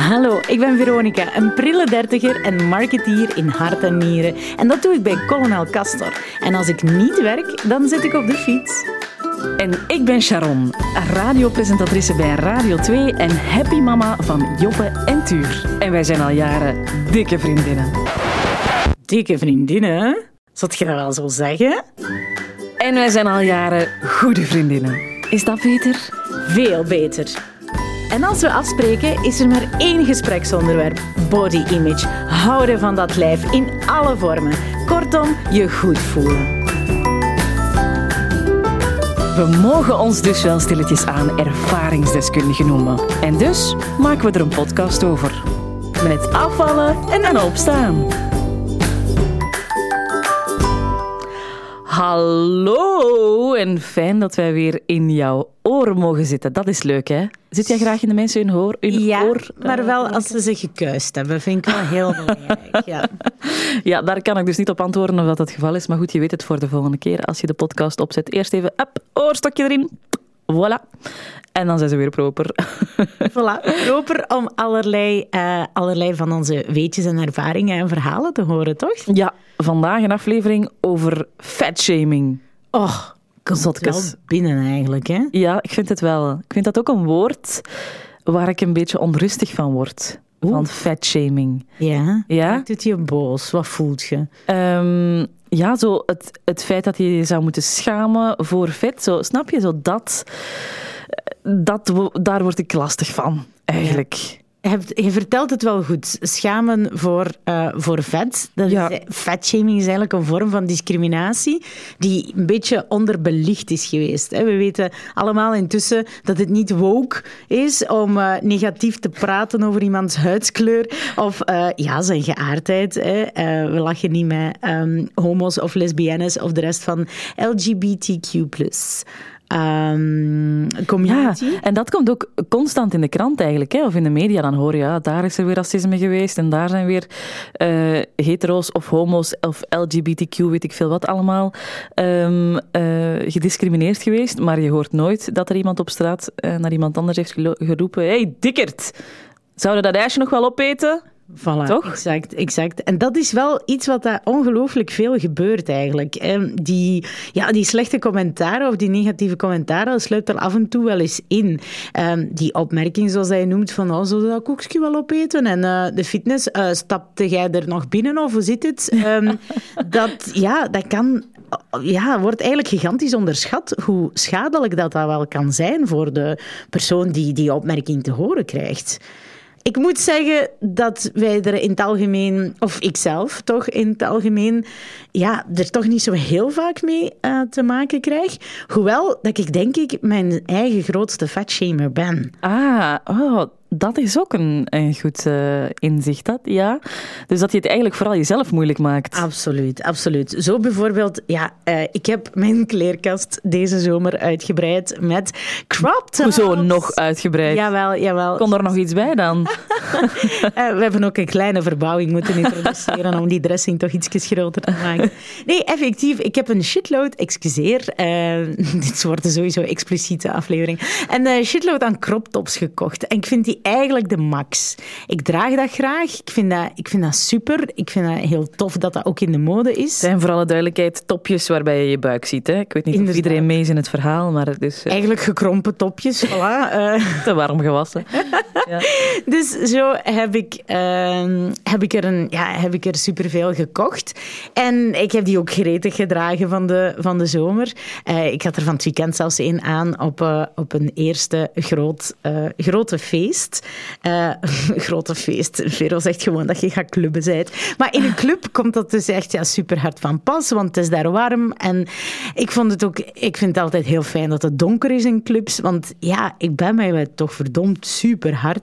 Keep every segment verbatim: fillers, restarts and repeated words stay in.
Hallo, ik ben Veronica, een prille dertiger en marketeer in hart en nieren. En dat doe ik bij Colonel Castor. En als ik niet werk, dan zit ik op de fiets. En ik ben Sharon, radiopresentatrice bij Radio twee en happy mama van Joppe en Tuur. En wij zijn al jaren dikke vriendinnen. Dikke vriendinnen? Zou je dat wel zo zeggen? En wij zijn al jaren goede vriendinnen. Is dat beter? Veel beter. En als we afspreken, is er maar één gespreksonderwerp. Body image. Houden van dat lijf in alle vormen. Kortom, je goed voelen. We mogen ons dus wel stilletjes aan ervaringsdeskundigen noemen. En dus maken we er een podcast over. Met afvallen en dan opstaan. Hallo en fijn dat wij weer in jouw oren mogen zitten. Dat is leuk, hè? Zit jij graag in de mensen hun, hoor, hun ja, oor? Ja, maar wel als ze zich gekuist hebben. Vind ik wel heel belangrijk. Ja. ja, daar kan ik dus niet op antwoorden of dat het geval is. Maar goed, je weet het voor de volgende keer. Als je de podcast opzet, eerst even up, oorstokje erin. Voilà. En dan zijn ze weer proper. Voilà, proper om allerlei, uh, allerlei van onze weetjes en ervaringen en verhalen te horen, toch? Ja, vandaag een aflevering over fatshaming. Oh, komt wel binnen eigenlijk, hè? Ja, ik vind het wel. Ik vind dat ook een woord waar ik een beetje onrustig van word. Oeh. Van fatshaming. Ja? Ja? Maakt het je boos? Wat voelt je? Um, ja, zo het, het feit dat je je zou moeten schamen voor vet. Zo, snap je? Zo dat, dat, daar word ik lastig van, eigenlijk. Ja. Je vertelt het wel goed. Schamen voor, uh, voor vet. Dat ja. is, fatshaming is eigenlijk een vorm van discriminatie die een beetje onderbelicht is geweest. We weten allemaal intussen dat het niet woke is om uh, negatief te praten over iemands huidskleur of uh, ja, zijn geaardheid. Hè. Uh, we lachen niet met um, homo's of lesbiennes of de rest van L G B T Q plus. Um, community. Ja, en dat komt ook constant in de krant eigenlijk, hè, of in de media. Dan hoor je, ja, daar is er weer racisme geweest en daar zijn weer uh, hetero's of homo's of L G B T Q, weet ik veel wat allemaal, um, uh, gediscrimineerd geweest. Maar je hoort nooit dat er iemand op straat uh, naar iemand anders heeft gelo- geroepen. Hé, hey, dikkerd! Zouden dat ijsje nog wel opeten? Voilà, toch? Exact, exact. En dat is wel iets wat daar ongelooflijk veel gebeurt eigenlijk. Die, ja, die slechte commentaren of die negatieve commentaren, dat sluipt er af en toe wel eens in. Um, die opmerking, zoals hij noemt, van oh, zou dat koekje wel opeten? En uh, de fitness, uh, stapte jij er nog binnen of hoe zit het? Um, dat, ja, dat kan... Ja, wordt eigenlijk gigantisch onderschat hoe schadelijk dat, dat wel kan zijn voor de persoon die die opmerking te horen krijgt. Ik moet zeggen dat wij er in het algemeen, of ikzelf toch in het algemeen, ja, er toch niet zo heel vaak mee uh, te maken krijg. Hoewel dat ik denk ik mijn eigen grootste fatshamer ben. Ah, oh, dat is ook een, een goed uh, inzicht, dat, ja. Dus dat je het eigenlijk vooral jezelf moeilijk maakt. Absoluut, absoluut. Zo bijvoorbeeld, ja, uh, ik heb mijn kleerkast deze zomer uitgebreid met crop tops. Hoezo nog uitgebreid? Jawel, jawel. Kon er nog iets bij dan? uh, we hebben ook een kleine verbouwing moeten introduceren om die dressing toch iets groter te maken. Nee, effectief, ik heb een shitload, excuseer, uh, dit wordt sowieso expliciete aflevering, een uh, shitload aan crop tops gekocht. En ik vind die eigenlijk de max. Ik draag dat graag. Ik vind dat, ik vind dat super. Ik vind dat heel tof dat dat ook in de mode is. Het zijn voor alle duidelijkheid topjes waarbij je je buik ziet. Hè? Ik weet niet Inderdaad. Of iedereen mee is in het verhaal, maar het is... Uh... Eigenlijk gekrompen topjes, voilà. Uh... Te warm gewassen. Ja. Dus zo heb ik, uh, heb ik er, een, ja, heb ik er superveel gekocht. En ik heb die ook gretig gedragen van de, van de zomer. Uh, ik had er van het weekend zelfs één aan op, uh, op een eerste groot, uh, grote feest. Uh, grote feest. Vero zegt gewoon dat je gaat clubben bent. Maar in een club komt dat dus echt ja, super hard van pas, want het is daar warm. En ik vond het ook, ik vind het altijd heel fijn dat het donker is in clubs, want ja, ik ben mij toch verdomd super hard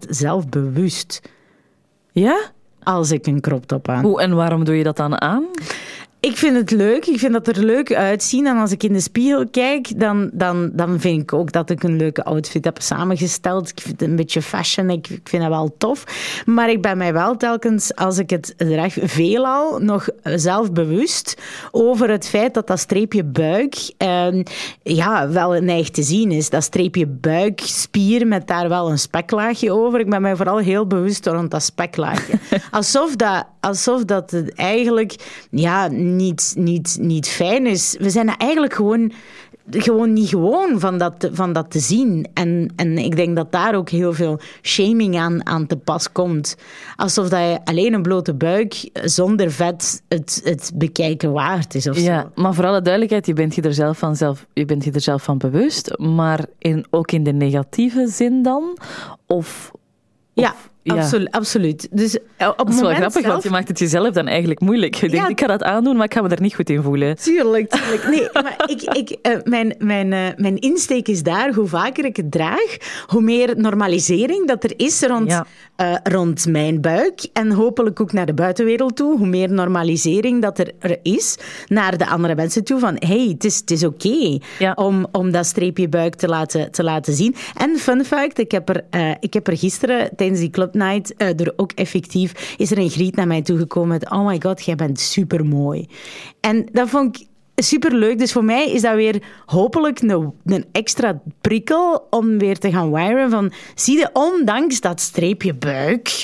zelfbewust. Ja? Als ik een crop top aan. Hoe en waarom doe je dat dan aan? Ik vind het leuk. Ik vind dat er leuk uitzien. En als ik in de spiegel kijk, dan, dan, dan vind ik ook dat ik een leuke outfit heb samengesteld. Ik vind het een beetje fashion. Ik, ik vind dat wel tof. Maar ik ben mij wel telkens, als ik het draag, veelal nog zelfbewust over het feit dat dat streepje buik eh, ja, wel neigt te zien is. Dat streepje buikspier met daar wel een speklaagje over. Ik ben mij vooral heel bewust rond dat speklaagje. Alsof dat, alsof dat het eigenlijk ja, niet, niet, niet fijn is. We zijn eigenlijk gewoon, gewoon niet gewoon van dat, van dat te zien. En, en ik denk dat daar ook heel veel shaming aan, aan te pas komt. Alsof dat je alleen een blote buik zonder vet het, het bekijken waard is. Of ja, zo. Maar voor alle duidelijkheid, je bent je er zelf van, zelf, je bent je er zelf van bewust. Maar in, ook in de negatieve zin dan? Of... Ja, of Ja. Absolu- absoluut. Dus op dat is wel grappig, zelf... want je maakt het jezelf dan eigenlijk moeilijk. Je denkt, Ja. ik ga dat aandoen, maar ik ga me er niet goed in voelen. Tuurlijk, tuurlijk. Nee, maar ik, ik, uh, mijn, mijn, uh, mijn insteek is daar, hoe vaker ik het draag, hoe meer normalisering dat er is rond, Ja. uh, rond mijn buik. En hopelijk ook naar de buitenwereld toe. Hoe meer normalisering dat er, er is naar de andere mensen toe. Van, hey, het is, het is oké okay Ja. om, om dat streepje buik te laten, te laten zien. En fun fact, ik heb er, uh, ik heb er gisteren tijdens die club night uh, er ook effectief, is er een griet naar mij toegekomen met oh my god, jij bent supermooi. En dat vond ik superleuk. Dus voor mij is dat weer hopelijk een, een extra prikkel om weer te gaan wiren van, zie je, ondanks dat streepje buik,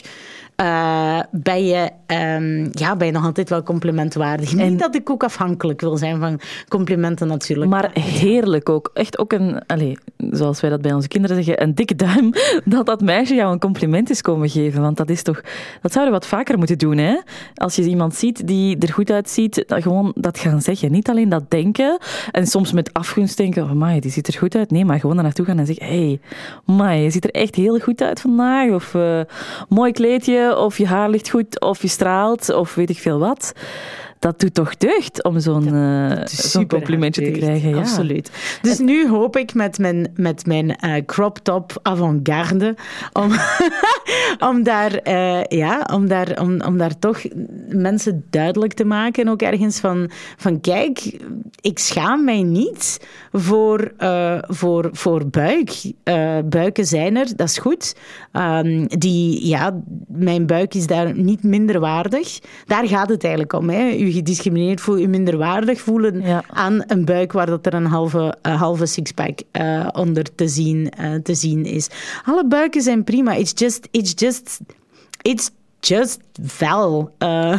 Uh, ben, je, um, ja, ben je nog altijd wel complimentwaardig. En... Niet dat ik ook afhankelijk wil zijn van complimenten natuurlijk. Maar heerlijk ook. Echt ook een, allez, zoals wij dat bij onze kinderen zeggen, een dikke duim dat dat meisje jou een compliment is komen geven. Want dat is toch, dat zouden we wat vaker moeten doen, hè? Als je iemand ziet die er goed uitziet, dat gewoon dat gaan zeggen. Niet alleen dat denken en soms met afgunst denken, oh my, die ziet er goed uit. Nee, maar gewoon daar naartoe gaan en zeggen, hey, my, je ziet er echt heel goed uit vandaag. Of uh, mooi kleedje. Of je haar ligt goed, of je straalt, of weet ik veel wat. Dat doet toch deugd om zo'n, uh, zo'n complimentje te krijgen. Ja. Absoluut. Dus en... nu hoop ik met mijn, met mijn uh, crop top avant-garde om, om, daar, uh, ja, om, daar, om, om daar toch mensen duidelijk te maken. Ook ergens van, van kijk, ik schaam mij niet voor, uh, voor, voor buik. Uh, buiken zijn er, dat is goed. Um, die, ja, mijn buik is daar niet minder waardig. Daar gaat het eigenlijk om, hè. U gediscrimineerd voelen, je minderwaardig voelen ja. aan een buik waar dat er een halve, uh, halve sixpack uh, onder te zien, uh, te zien is. Alle buiken zijn prima. It's just, it's just, it's just wel. Uh,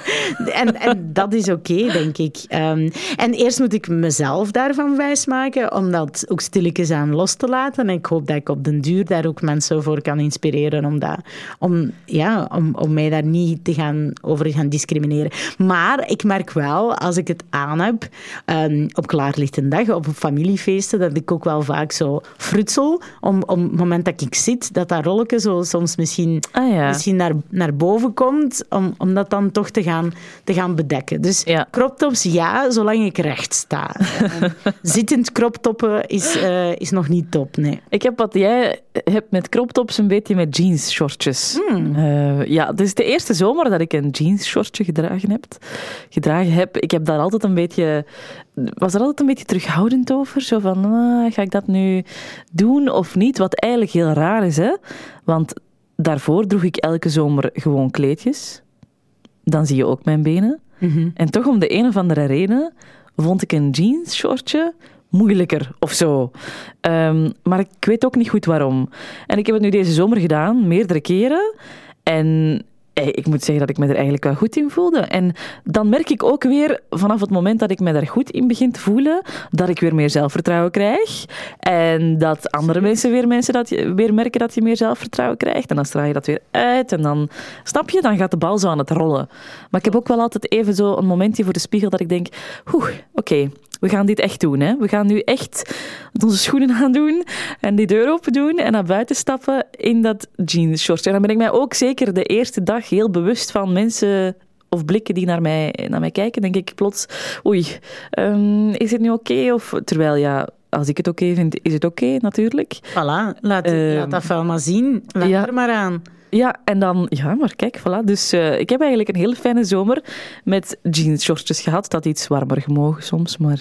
en, en dat is oké, okay, denk ik. Um, en eerst moet ik mezelf daarvan wijsmaken, om dat ook stilletjes aan los te laten. En ik hoop dat ik op den duur daar ook mensen voor kan inspireren om, dat, om, ja, om, om mij daar niet te gaan, over te gaan discrimineren. Maar ik merk wel, als ik het aan heb, um, op klaarlichte dag, op familiefeesten, dat ik ook wel vaak zo frutsel, om, om het moment dat ik zit, dat dat rolletje zo soms misschien, ah, ja. misschien naar, naar boven komt, om, om dat dan toch te gaan, te gaan bedekken. Dus ja. croptops, ja, zolang ik recht sta. Zittend croptoppen is, uh, is nog niet top, nee. Ik heb wat jij hebt met croptops een beetje met jeans-shortjes. Mm. Uh, ja, dit is de eerste zomer dat ik een jeans-shortje gedragen heb. gedragen heb. Ik heb daar altijd een beetje... was er altijd een beetje terughoudend over. Zo van, ah, ga ik dat nu doen of niet? Wat eigenlijk heel raar is, hè. Want daarvoor droeg ik elke zomer gewoon kleedjes. Dan zie je ook mijn benen. Mm-hmm. En toch om de een of andere reden vond ik een jeans-shortje moeilijker of zo. Um, maar ik weet ook niet goed waarom. En ik heb het nu deze zomer gedaan, meerdere keren. En ik moet zeggen dat ik me er eigenlijk wel goed in voelde. En dan merk ik ook weer, vanaf het moment dat ik me daar goed in begin te voelen, dat ik weer meer zelfvertrouwen krijg. En dat andere mensen weer, mensen dat je, weer merken dat je meer zelfvertrouwen krijgt. En dan straal je dat weer uit. En dan, snap je, dan gaat de bal zo aan het rollen. Maar ik heb ook wel altijd even zo een momentje voor de spiegel dat ik denk, oeh, oké, okay, we gaan dit echt doen. Hè? We gaan nu echt onze schoenen aandoen en die deur open doen en naar buiten stappen in dat jeans-shortje. En dan ben ik mij ook zeker de eerste dag heel bewust van mensen of blikken die naar mij, naar mij kijken. Denk ik plots, oei, um, is het nu oké? Okay? Of terwijl, ja, als ik het oké okay vind, is het oké, okay, natuurlijk. Voilà, laat, uh, laat dat wel maar zien. Laat ja. er maar aan. Ja, en dan... Ja, maar kijk, voilà. Dus uh, ik heb eigenlijk een hele fijne zomer met jeansshortjes gehad. Dat iets warmer gemogen soms, maar...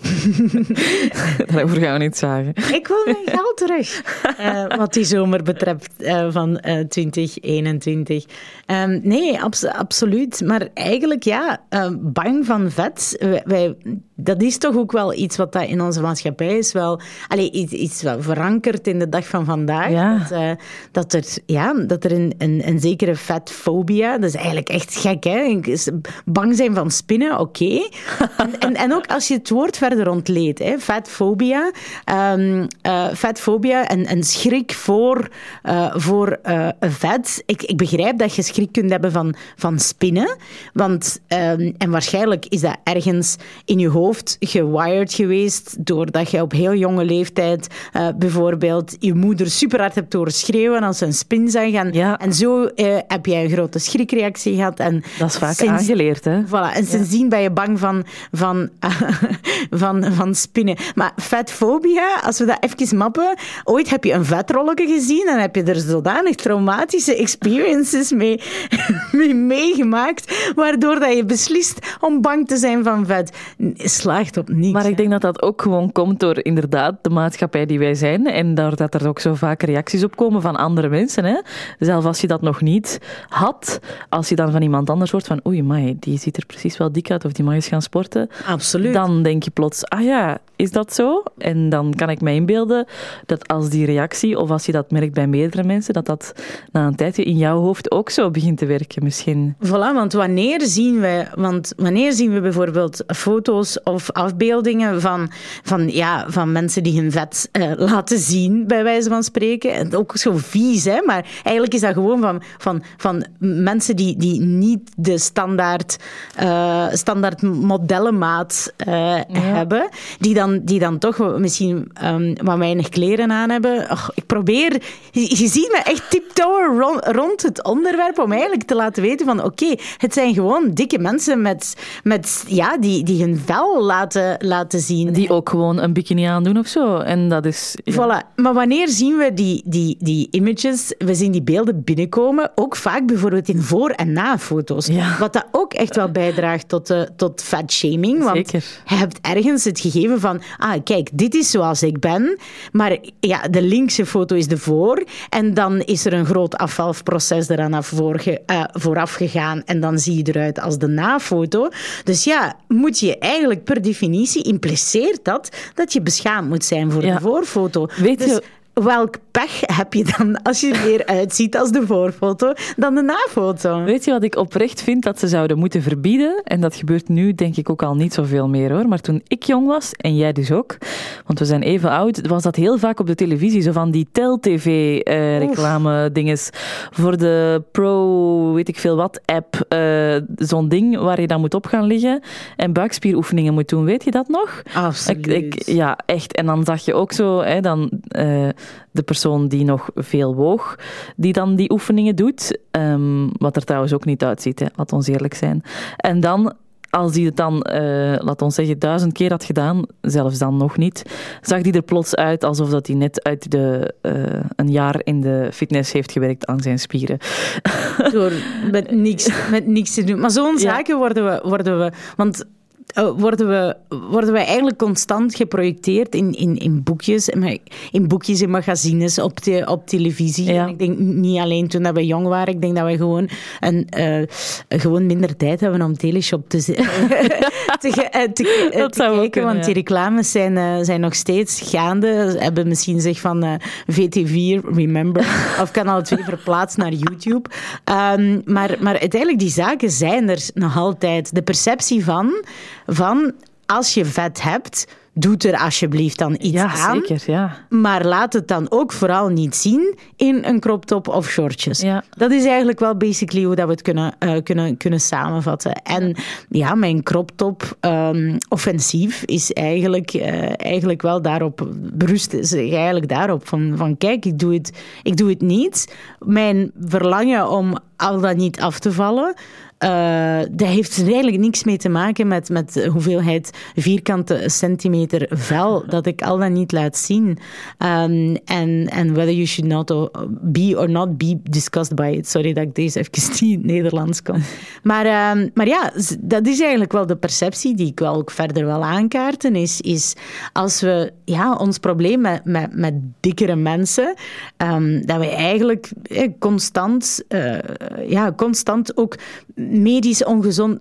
Daarover gaan we niet zagen. Ik wil mijn geld terug. Uh, wat die zomer betreft uh, van uh, twintig eenentwintig. Um, nee, abs- absoluut. Maar eigenlijk, ja, uh, bang van vet. Wij, wij, dat is toch ook wel iets wat dat in onze maatschappij is wel... Allee, iets, iets wel verankerd in de dag van vandaag. Ja. Dat, uh, dat er, ja, dat er een, een, een zekere vetfobia... Dat is eigenlijk echt gek, hè? Bang zijn van spinnen, oké. Okay. en, en, en ook als je het woord verder ontleedt, hè, vetfobia, um, uh, vetfobia en, en schrik voor, uh, voor uh, vet. Ik, ik begrijp dat je schrik kunt hebben van, van spinnen, want, um, en waarschijnlijk is dat ergens in je hoofd gewired geweest, doordat je op heel jonge leeftijd uh, bijvoorbeeld je moeder super hard hebt horen schreeuwen als ze een spin zag. En, ja. en zo uh, heb jij een grote schrikreactie gehad. En dat is vaak sinds, aangeleerd, hè? Voilà, en sindsdien ja. ben je bang van, van, uh, van, van spinnen. Maar vetfobia, als we dat even mappen, ooit heb je een vetrolletje gezien en heb je er zodanig traumatische experiences mee, mee meegemaakt, waardoor dat je beslist om bang te zijn van vet. Slaagt op niks. Maar ik denk dat dat ook gewoon komt door inderdaad de maatschappij die wij zijn en doordat er ook zo vaak reacties op komen van andere mensen. Hè? Zelfs als je dat nog niet had, als je dan van iemand anders hoort van oei, amai, die ziet er precies wel dik uit of die mag eens gaan sporten. Absoluut. Dan denk je plots, ah ja, is dat zo? En dan kan ik me inbeelden dat als die reactie, of als je dat merkt bij meerdere mensen, dat dat na een tijdje in jouw hoofd ook zo begint te werken misschien. Voilà, want wanneer zien we, want wanneer zien we bijvoorbeeld foto's of afbeeldingen van, van, ja, van mensen die hun vet uh, laten zien, bij wijze van spreken. En ook zo vies, hè? Maar eigenlijk is dat gewoon van, van, van mensen die, die niet de standaard, uh, standaard modellenmaat uh, ja. hebben, die dan, die dan toch misschien um, wat weinig kleren aan hebben. Och, ik probeer, je, je ziet me echt tiptoeën rond, rond het onderwerp om eigenlijk te laten weten van oké, okay, het zijn gewoon dikke mensen met, met ja, die, die hun vel laten, laten zien. Die ook gewoon een bikini aandoen of zo. En dat is... Ja. Voilà. Maar wanneer zien we die, die, die images, we zien die beelden binnenkomen, ook vaak bijvoorbeeld in voor- en na-foto's. Ja. Wat dat ook echt wel bijdraagt tot, uh, tot fatshaming. Want Zeker. je hebt ergens het gegeven van, ah, kijk, dit is zoals ik ben, maar ja, de linkse foto is de voor, en dan is er een groot afvalproces eraan af voorge, uh, vooraf gegaan, en dan zie je eruit als de na-foto. Dus ja, moet je eigenlijk per definitie, impliceert dat, dat je beschaamd moet zijn voor ja. de voorfoto. Weet dus, je... welk pech heb je dan als je er meer uitziet als de voorfoto dan de nafoto? Weet je wat ik oprecht vind dat ze zouden moeten verbieden? En dat gebeurt nu denk ik ook al niet zoveel meer hoor. Maar toen ik jong was, en jij dus ook, want we zijn even oud, was dat heel vaak op de televisie. Zo van die tel-tv-reclame-dinges. Uh, voor de Pro, weet ik veel wat, app. Uh, zo'n ding waar je dan moet op gaan liggen en buikspieroefeningen moet doen. Weet je dat nog? Absoluut. Ik, ik, ja, echt. En dan zag je ook zo, hè, dan... Uh, de persoon die nog veel woog, die dan die oefeningen doet. Um, wat er trouwens ook niet uitziet, hè, laat ons eerlijk zijn. En dan, als die het dan, uh, laat ons zeggen, duizend keer had gedaan, zelfs dan nog niet, zag die er plots uit alsof dat hij net uit de, uh, een jaar in de fitness heeft gewerkt aan zijn spieren. Door met niks, met niks te doen. Maar zo'n ja. zaken worden we... Worden we want Uh, worden, we, worden we eigenlijk constant geprojecteerd in, in, in boekjes, in boekjes, in magazines, op, te, op televisie. Ja. En ik denk niet alleen toen dat we jong waren, ik denk dat we gewoon, een, uh, gewoon minder tijd hebben om Teleshop te, te, te, te, te kijken, kunnen, want ja. die reclames zijn, uh, zijn nog steeds gaande. Ze hebben misschien zich van uh, V T vier, Remember, of Kanaal twee verplaatst naar YouTube. Um, maar, maar uiteindelijk, die zaken zijn er nog altijd. De perceptie van... van als je vet hebt, doe er alsjeblieft dan iets ja, aan. Zeker, ja. Maar laat het dan ook vooral niet zien in een crop top of shortjes. Ja. Dat is eigenlijk wel basically hoe dat we het kunnen, uh, kunnen, kunnen samenvatten. En ja, ja mijn crop top um, offensief is eigenlijk, uh, eigenlijk wel daarop, berust zich eigenlijk daarop. Van, van kijk, ik doe, het, ik doe het niet. Mijn verlangen om al dan niet af te vallen. Uh, dat heeft er eigenlijk niks mee te maken met, met de hoeveelheid vierkante centimeter vel dat ik al dan niet laat zien. En um, whether you should not be or not be discussed by it. Sorry dat ik deze even niet in het Nederlands kon. Maar, um, maar ja, dat is eigenlijk wel de perceptie die ik wel ook verder wil aankaarten. Is, is als we ja, ons probleem met, met, met dikkere mensen, um, dat we eigenlijk eh, constant, uh, ja, constant ook medisch ongezond...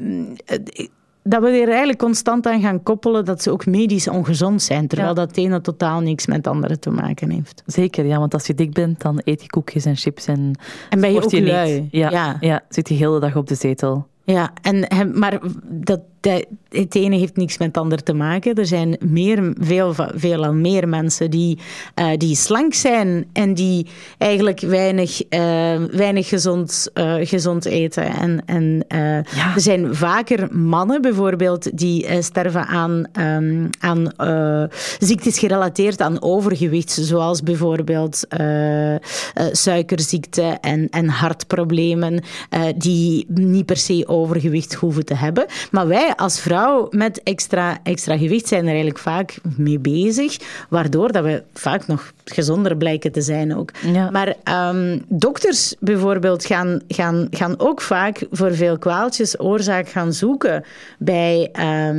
Dat we er eigenlijk constant aan gaan koppelen dat ze ook medisch ongezond zijn, terwijl ja. dat ene totaal niks met het andere te maken heeft. Zeker, ja, want als je dik bent, dan eet je koekjes en chips en... En ben je ook je lui. Niet. Ja, ja. ja, zit je de hele dag op de zetel. Ja, en, maar dat, dat, het ene heeft niks met het ander te maken. Er zijn meer, veel, veel al meer mensen die, uh, die slank zijn en die eigenlijk weinig, uh, weinig gezond, uh, gezond eten. En, en uh, ja. er zijn vaker mannen bijvoorbeeld die uh, sterven aan, um, aan uh, ziektes gerelateerd aan overgewicht, zoals bijvoorbeeld uh, uh, suikerziekte en, en hartproblemen, uh, die niet per se overgewicht hoeven te hebben. Maar wij als vrouw met extra, extra gewicht zijn er eigenlijk vaak mee bezig, waardoor dat we vaak nog gezonder blijken te zijn ook. Ja. Maar um, dokters bijvoorbeeld gaan, gaan, gaan ook vaak voor veel kwaaltjes oorzaak gaan zoeken bij,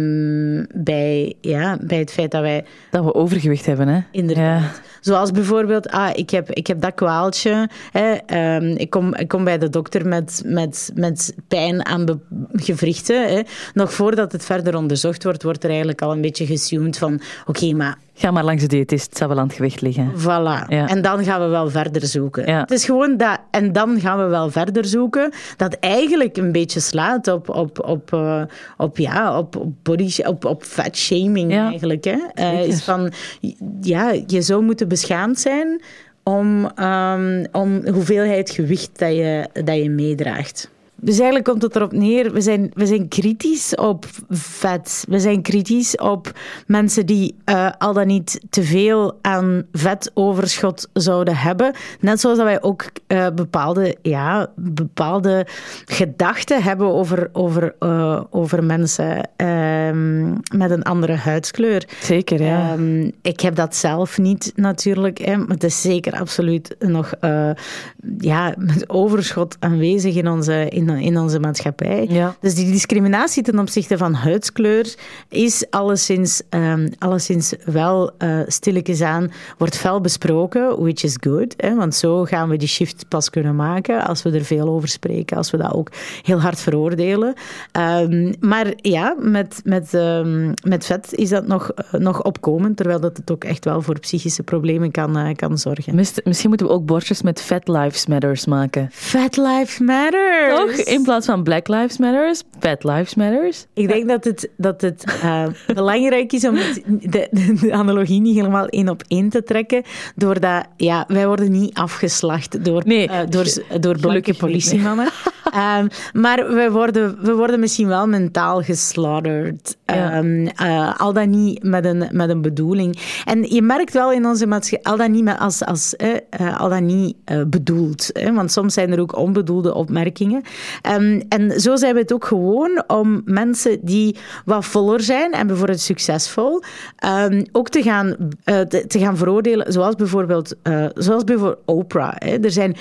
um, bij, ja, bij het feit dat wij... Dat we overgewicht hebben, hè? Inderdaad. Ja. Zoals bijvoorbeeld, ah, ik heb, ik heb dat kwaaltje. Hè, um, ik, kom, ik kom bij de dokter met, met, met pijn aan de gewrichten. Hè. Nog voordat het verder onderzocht wordt, wordt er eigenlijk al een beetje geassumed van, oké, okay, maar... Ga maar langs de diëtist, het zal wel aan het gewicht liggen. Voilà. Ja. En dan gaan we wel verder zoeken. Ja. Het is gewoon dat, en dan gaan we wel verder zoeken, dat eigenlijk een beetje slaat op, op, op, uh, op, ja, op, op, body, op, op fat shaming ja. eigenlijk. Hè. Uh, is van, ja, je zou moeten beschaamd zijn om, um, om de hoeveelheid gewicht dat je, dat je meedraagt. Dus eigenlijk komt het erop neer, we zijn, we zijn kritisch op vet. We zijn kritisch op mensen die uh, al dan niet te veel aan vetoverschot zouden hebben. Net zoals dat wij ook uh, bepaalde, ja, bepaalde gedachten hebben over, over, uh, over mensen uh, met een andere huidskleur. Zeker, ja. Um, ik heb dat zelf niet natuurlijk, hè, maar het is zeker absoluut nog uh, ja, met overschot aanwezig in onze... In in onze maatschappij. Ja. Dus die discriminatie ten opzichte van huidskleur is alleszins, um, alleszins wel uh, stilletjes aan, wordt fel besproken, which is good, hè, want zo gaan we die shift pas kunnen maken als we er veel over spreken, als we dat ook heel hard veroordelen. Um, maar ja, met, met, um, met vet is dat nog, uh, nog opkomend, terwijl dat het ook echt wel voor psychische problemen kan, uh, kan zorgen. Misschien moeten we ook bordjes met Fat Lives Matters maken. Fat Lives Matters! Toch? In plaats van Black Lives Matters, Fat Lives Matters. Ik denk dat het, dat het uh, belangrijk is om het, de, de analogie niet helemaal één op één te trekken, doordat ja, wij worden niet afgeslacht door, nee, uh, door, door blanke politiemannen. um, maar we worden, we worden misschien wel mentaal geslaughterd. Ja. Um, uh, al dan niet met een, met een bedoeling. En je merkt wel in onze maatschappij, al dan niet, met als, als, uh, al dan niet uh, bedoeld. Uh, want soms zijn er ook onbedoelde opmerkingen. Um, en zo zijn we het ook gewoon om mensen die wat voller zijn en bijvoorbeeld succesvol, um, ook te gaan, uh, te, te gaan veroordelen, zoals bijvoorbeeld, uh, zoals bijvoorbeeld Oprah. Hè. Er zijn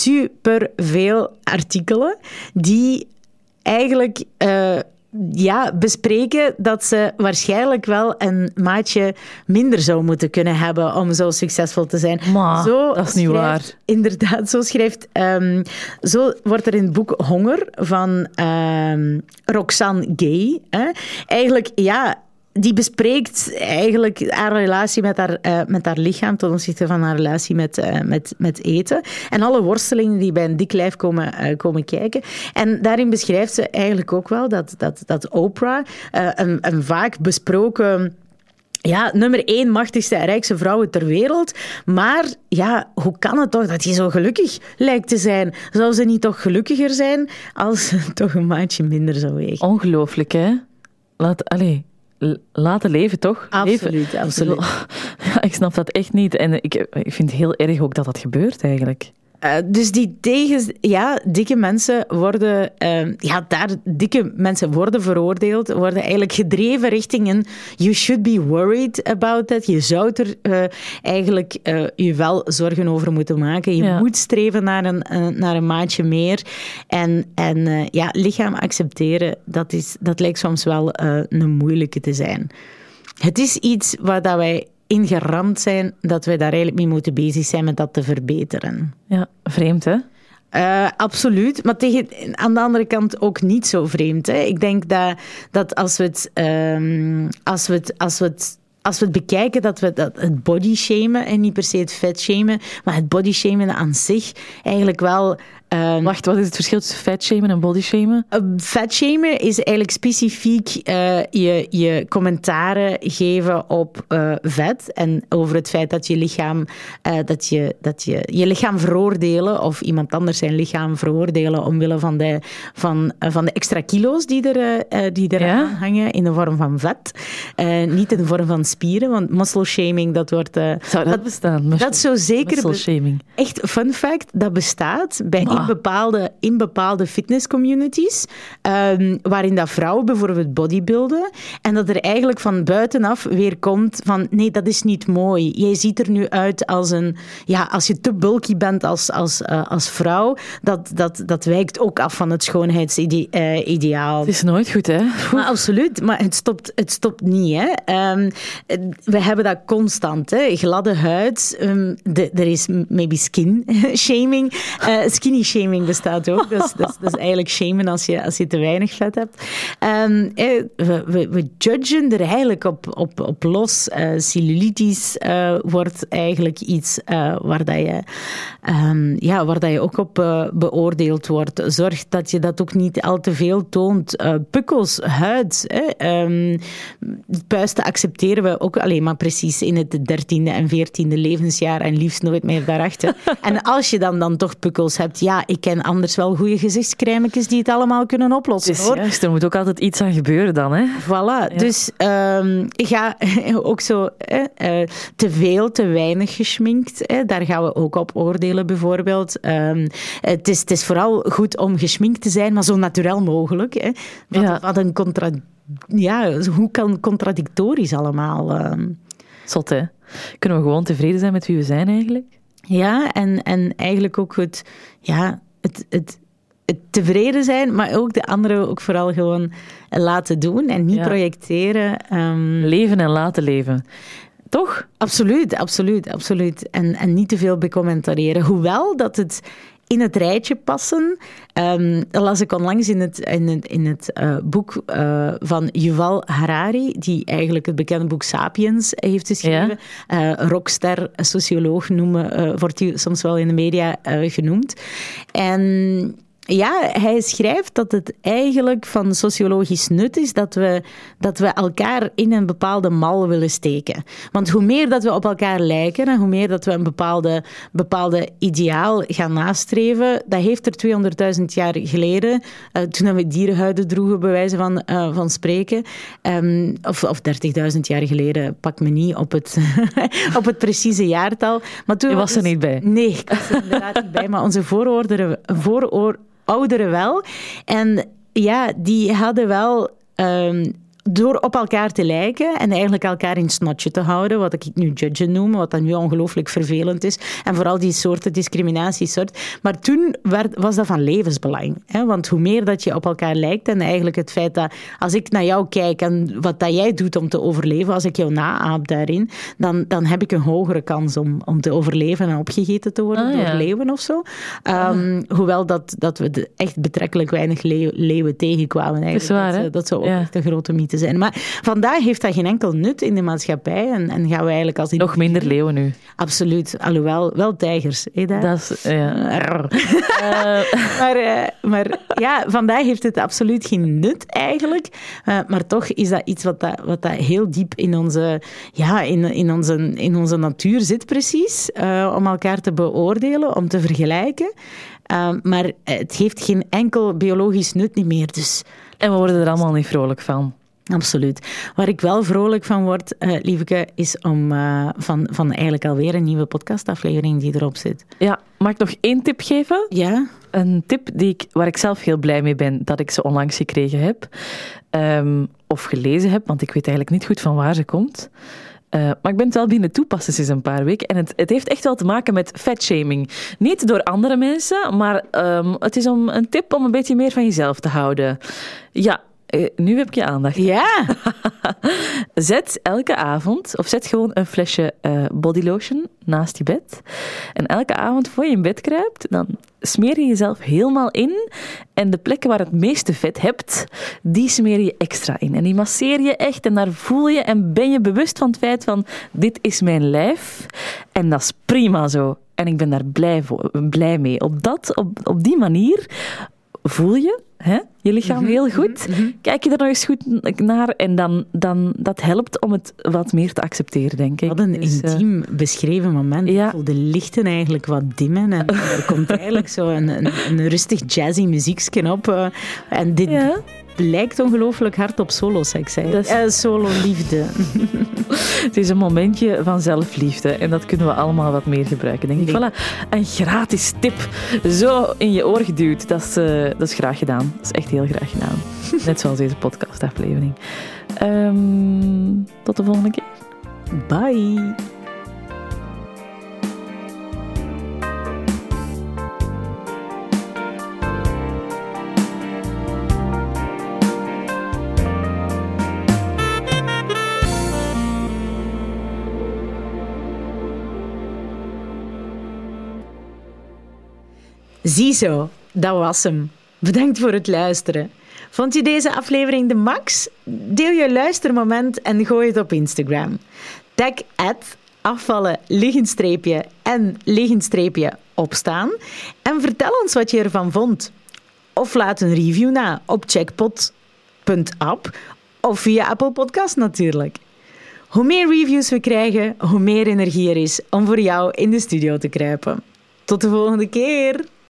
superveel artikelen die eigenlijk... Uh, Ja, bespreken dat ze waarschijnlijk wel een maatje minder zou moeten kunnen hebben om zo succesvol te zijn. Maar, zo dat is niet schrijft, waar. Inderdaad, zo schrijft... Um, zo wordt er in het boek Honger van um, Roxane Gay. Hè, eigenlijk, ja... Die bespreekt eigenlijk haar relatie met haar, uh, met haar lichaam ten opzichte van haar relatie met, uh, met, met eten. En alle worstelingen die bij een dik lijf komen, uh, komen kijken. En daarin beschrijft ze eigenlijk ook wel dat, dat, dat Oprah uh, een, een vaak besproken... Ja, nummer één machtigste en rijkste vrouwen ter wereld. Maar ja, hoe kan het toch dat hij zo gelukkig lijkt te zijn? Zou ze niet toch gelukkiger zijn als ze toch een maatje minder zou wegen? Ongelooflijk, hè? Laat... Allee... Laten leven, toch? Absoluut, leven. absoluut. Ja, ik snap dat echt niet. En ik, ik vind het heel erg ook dat dat gebeurt, eigenlijk. Uh, dus die tegen, ja, dikke mensen worden, uh, ja, daar dikke mensen worden veroordeeld, worden eigenlijk gedreven richting een you should be worried about that. Je zou er uh, eigenlijk uh, je wel zorgen over moeten maken. Je ja. moet streven naar een, uh, naar een maatje meer. En, en uh, ja, lichaam accepteren, dat, is, dat lijkt soms wel uh, een moeilijke te zijn. Het is iets waar dat wij ingeramd zijn, dat wij daar eigenlijk mee moeten bezig zijn met dat te verbeteren. Ja, vreemd hè? Uh, absoluut, maar tegen, aan de andere kant ook niet zo vreemd. Hè. Ik denk dat, dat als we het... Um, als we het, als we het Als we het bekijken, dat we dat het bodyshamen, en niet per se het fatshamen, maar het bodyshamen aan zich eigenlijk wel... Uh, Wacht, wat is het verschil tussen fatshamen en bodyshamen? Uh, fatshamen is eigenlijk specifiek uh, je, je commentaren geven op uh, vet en over het feit dat je lichaam, uh, dat je, dat je, je lichaam veroordelen of iemand anders zijn lichaam veroordelen omwille van de, van, uh, van de extra kilo's die er, uh, die er ja? aan hangen in de vorm van vet. Uh, niet in de vorm van spieren, want muscle shaming, dat wordt... Uh, zou dat, dat bestaan? Muscle, dat zou zeker... Muscle shaming. Echt, fun fact, dat bestaat bij ah. in bepaalde, in bepaalde fitnesscommunities, um, waarin dat vrouwen bijvoorbeeld bodybuilden, en dat er eigenlijk van buitenaf weer komt van, nee, dat is niet mooi. Jij ziet er nu uit als een... Ja, als je te bulky bent als, als, uh, als vrouw, dat, dat, dat wijkt ook af van het schoonheidsideaal. Het is nooit goed, hè? Maar absoluut, maar het stopt, het stopt niet, hè. Um, we hebben dat constant, hè. Gladde huid, um, de, er is maybe skin shaming, uh, skinny shaming bestaat ook. Dat is, dat is, dat is eigenlijk shamen als je, als je te weinig vet hebt. Um, eh, we, we, we judgen er eigenlijk op, op, op los. Uh, cellulitis uh, wordt eigenlijk iets uh, waar, dat je, um, ja, waar dat je ook op uh, beoordeeld wordt. Zorg dat je dat ook niet al te veel toont. Uh, pukkels, huid. Eh, um, puisten accepteren we ook alleen maar precies in het dertiende en veertiende levensjaar en liefst nooit meer daarachter. En als je dan, dan toch pukkels hebt, ja, ik ken anders wel goede gezichtscrèmetjes die het allemaal kunnen oplossen. Dus hoor. Juist, er moet ook altijd iets aan gebeuren dan, hè? Voilà. Ja. Dus um, ik ga ook zo eh, uh, te veel, te weinig geschminkt. Eh, daar gaan we ook op oordelen, bijvoorbeeld. Um, het, is, het is vooral goed om geschminkt te zijn, maar zo natuurlijk mogelijk. Eh. Wat, ja. wat een contra... Ja, hoe kan contradictorisch allemaal? Um. Zot, hè? Kunnen we gewoon tevreden zijn met wie we zijn eigenlijk? Ja, en, en eigenlijk ook het, ja, het, het, het tevreden zijn, maar ook de anderen ook vooral gewoon laten doen en niet ja. projecteren. Um... Leven en laten leven. Toch? Absoluut, absoluut, absoluut. En, en niet te veel becommentariëren. Hoewel dat het in het rijtje passen. Um, dat las ik onlangs in het, in het, in het uh, boek uh, van Yuval Harari, die eigenlijk het bekende boek Sapiens heeft geschreven. Ja. Uh, rockster, socioloog noemen, uh, wordt hij soms wel in de media uh, genoemd. En... Ja, hij schrijft dat het eigenlijk van sociologisch nut is dat we, dat we elkaar in een bepaalde mal willen steken. Want hoe meer dat we op elkaar lijken en hoe meer dat we een bepaalde, bepaalde ideaal gaan nastreven, dat heeft er tweehonderdduizend jaar geleden, uh, toen we dierenhuiden droegen, bij wijze van, uh, van spreken, um, of, of dertigduizend jaar geleden, pak me niet op het, op het precieze jaartal. Maar toen Je was er niet bij? Nee, ik was er inderdaad niet bij, maar onze voorouderen... vooroor, Ouderen wel. En ja, die hadden wel... Um, door op elkaar te lijken en eigenlijk elkaar in het snotje te houden, wat ik nu judgen noem, wat dan nu ongelooflijk vervelend is. En vooral die soorten discriminatiesoort. Maar toen werd, was dat van levensbelang. Hè? Want hoe meer dat je op elkaar lijkt en eigenlijk het feit dat als ik naar jou kijk en wat dat jij doet om te overleven, als ik jou naaap daarin, dan, dan heb ik een hogere kans om, om te overleven en opgegeten te worden ah, door ja. leeuwen of zo. Um, ah. Hoewel dat, dat we echt betrekkelijk weinig leeuw, leeuwen tegenkwamen. Eigenlijk. Dat is waar, dat, dat zou ook ja. echt een grote mythe zijn. Maar vandaag heeft dat geen enkel nut in de maatschappij. En, en gaan we eigenlijk als... Nog minder leeuwen nu. Absoluut. Alhoewel, wel tijgers. Hè, dat is... Ja. uh. maar, uh, maar ja, vandaag heeft het absoluut geen nut eigenlijk. Uh, maar toch is dat iets wat, dat, wat dat heel diep in onze, ja, in, in, onze, in onze natuur zit precies. Uh, om elkaar te beoordelen, om te vergelijken. Uh, maar het heeft geen enkel biologisch nut niet meer. Dus... En we worden er allemaal niet vrolijk van. Absoluut. Waar ik wel vrolijk van word, uh, lieveke, is om uh, van, van eigenlijk alweer een nieuwe podcastaflevering die erop zit. Ja, Mag ik nog één tip geven? Ja. Een tip die ik, waar ik zelf heel blij mee ben dat ik ze onlangs gekregen heb. Um, of gelezen heb, want ik weet eigenlijk niet goed van waar ze komt. Uh, maar ik ben het wel binnen toepassen sinds een paar weken. En het, het heeft echt wel te maken met fatshaming. Niet door andere mensen, maar um, het is om een tip om een beetje meer van jezelf te houden. Ja, uh, nu heb ik je aandacht. Ja. Zet elke avond, of zet gewoon een flesje uh, bodylotion naast je bed. En elke avond voor je in bed kruipt, dan smeer je jezelf helemaal in. En de plekken waar het meeste vet hebt, die smeer je extra in. En die masseer je echt. En daar voel je en ben je bewust van het feit van, dit is mijn lijf. En dat is prima zo. En ik ben daar blij, voor, blij mee. Op, dat, op, op die manier voel je hè, je lichaam mm-hmm, heel goed. Mm-hmm. Kijk je er nog eens goed naar en dan, dan dat helpt om het wat meer te accepteren, denk ik. Wat een dus, intiem uh, beschreven moment. Ja. Ik voel de lichten eigenlijk wat dimmen en er komt eigenlijk zo een, een, een rustig jazzy muziekje op. Uh, en dit ja. lijkt ongelooflijk hard op solo-seks. Is... Uh, solo-liefde. Het is een momentje van zelfliefde en dat kunnen we allemaal wat meer gebruiken, denk ik. Nee. Voilà, een gratis tip. Zo in je oor geduwd. Dat is, uh, dat is graag gedaan. Dat is echt heel graag gedaan. Net zoals deze podcastaflevering. Um, tot de volgende keer. Bye. Ziezo, dat was hem. Bedankt voor het luisteren. Vond je deze aflevering de max? Deel je luistermoment en gooi het op Instagram. Tag at afvallen, liggenstreepje en liggenstreepje opstaan. En vertel ons wat je ervan vond. Of laat een review na op checkpot punt app of via Apple Podcast natuurlijk. Hoe meer reviews we krijgen, hoe meer energie er is om voor jou in de studio te kruipen. Tot de volgende keer!